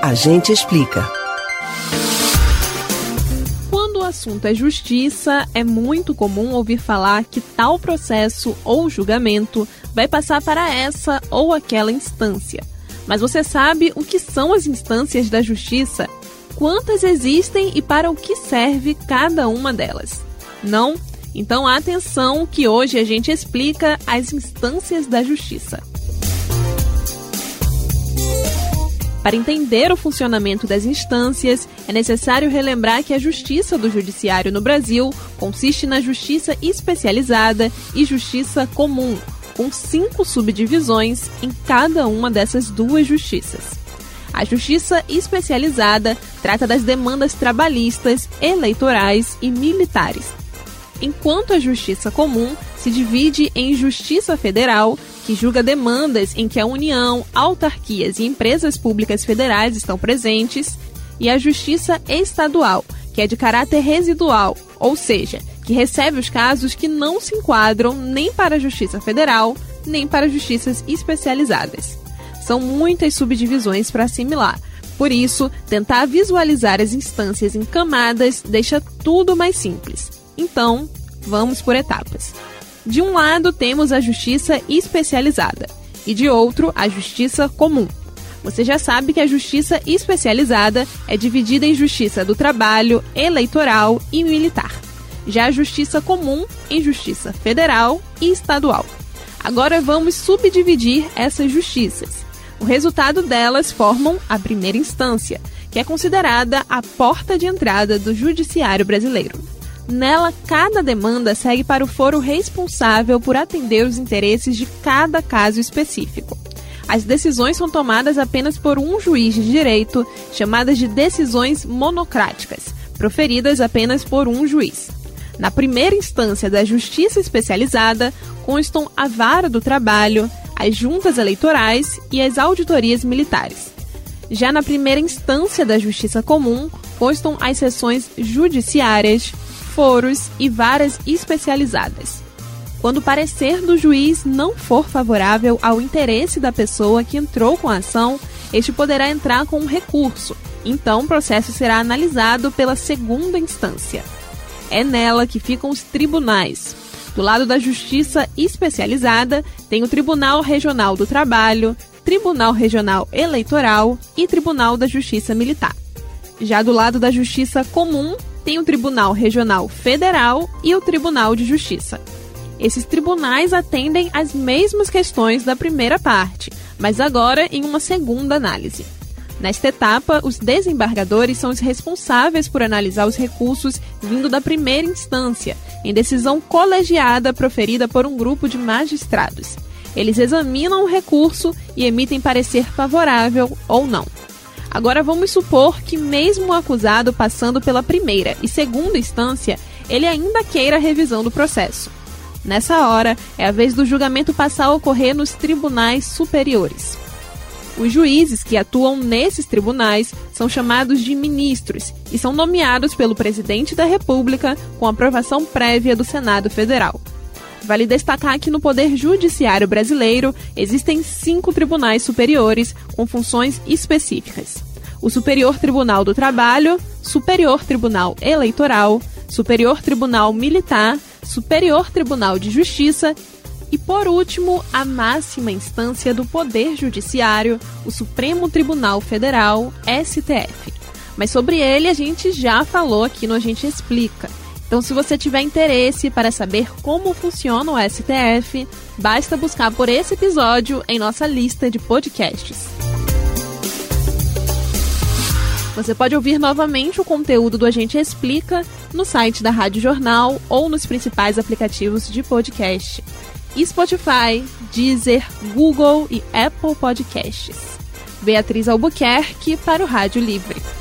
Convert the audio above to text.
A gente explica. Quando o assunto é justiça, é muito comum ouvir falar que tal processo ou julgamento vai passar para essa ou aquela instância. Mas você sabe o que são as instâncias da justiça? Quantas existem e para o que serve cada uma delas? Não? Então atenção que hoje a gente explica as instâncias da justiça. Para entender o funcionamento das instâncias, é necessário relembrar que a justiça do judiciário no Brasil consiste na justiça especializada e justiça comum, com 5 subdivisões em cada uma dessas duas justiças. A justiça especializada trata das demandas trabalhistas, eleitorais e militares, enquanto a justiça comum se divide em justiça federal, que julga demandas em que a União, autarquias e empresas públicas federais estão presentes, e a justiça estadual, que é de caráter residual, ou seja, que recebe os casos que não se enquadram nem para a justiça federal, nem para justiças especializadas. São muitas subdivisões para assimilar. Por isso, tentar visualizar as instâncias em camadas deixa tudo mais simples. Então, vamos por etapas. De um lado, temos a justiça especializada e de outro, a justiça comum. Você já sabe que a justiça especializada é dividida em justiça do trabalho, eleitoral e militar. Já a justiça comum em justiça federal e estadual. Agora vamos subdividir essas justiças. O resultado delas formam a primeira instância, que é considerada a porta de entrada do judiciário brasileiro. Nela, cada demanda segue para o foro responsável por atender os interesses de cada caso específico. As decisões são tomadas apenas por um juiz de direito, chamadas de decisões monocráticas, proferidas apenas por um juiz. Na primeira instância da Justiça Especializada, constam a Vara do Trabalho, as juntas eleitorais e as auditorias militares. Já na primeira instância da Justiça Comum, constam as seções judiciárias, foros e varas especializadas. Quando o parecer do juiz não for favorável ao interesse da pessoa que entrou com a ação, este poderá entrar com um recurso. Então, o processo será analisado pela segunda instância. É nela que ficam os tribunais. Do lado da Justiça Especializada, tem o Tribunal Regional do Trabalho, Tribunal Regional Eleitoral e Tribunal da Justiça Militar. Já do lado da Justiça Comum, tem o Tribunal Regional Federal e o Tribunal de Justiça. Esses tribunais atendem às mesmas questões da primeira parte, mas agora em uma segunda análise. Nesta etapa, os desembargadores são os responsáveis por analisar os recursos vindo da primeira instância, em decisão colegiada proferida por um grupo de magistrados. Eles examinam o recurso e emitem parecer favorável ou não. Agora vamos supor que mesmo o acusado passando pela primeira e segunda instância, ele ainda queira a revisão do processo. Nessa hora, é a vez do julgamento passar a ocorrer nos tribunais superiores. Os juízes que atuam nesses tribunais são chamados de ministros e são nomeados pelo presidente da República com aprovação prévia do Senado Federal. Vale destacar que no Poder Judiciário brasileiro existem 5 tribunais superiores com funções específicas. O Superior Tribunal do Trabalho, Superior Tribunal Eleitoral, Superior Tribunal Militar, Superior Tribunal de Justiça e, por último, a máxima instância do Poder Judiciário, o Supremo Tribunal Federal, STF. Mas sobre ele a gente já falou aqui no A Gente Explica. Então, se você tiver interesse para saber como funciona o STF, basta buscar por esse episódio em nossa lista de podcasts. Você pode ouvir novamente o conteúdo do A Gente Explica no site da Rádio Jornal ou nos principais aplicativos de podcast: Spotify, Deezer, Google e Apple Podcasts. Beatriz Albuquerque para o Rádio Livre.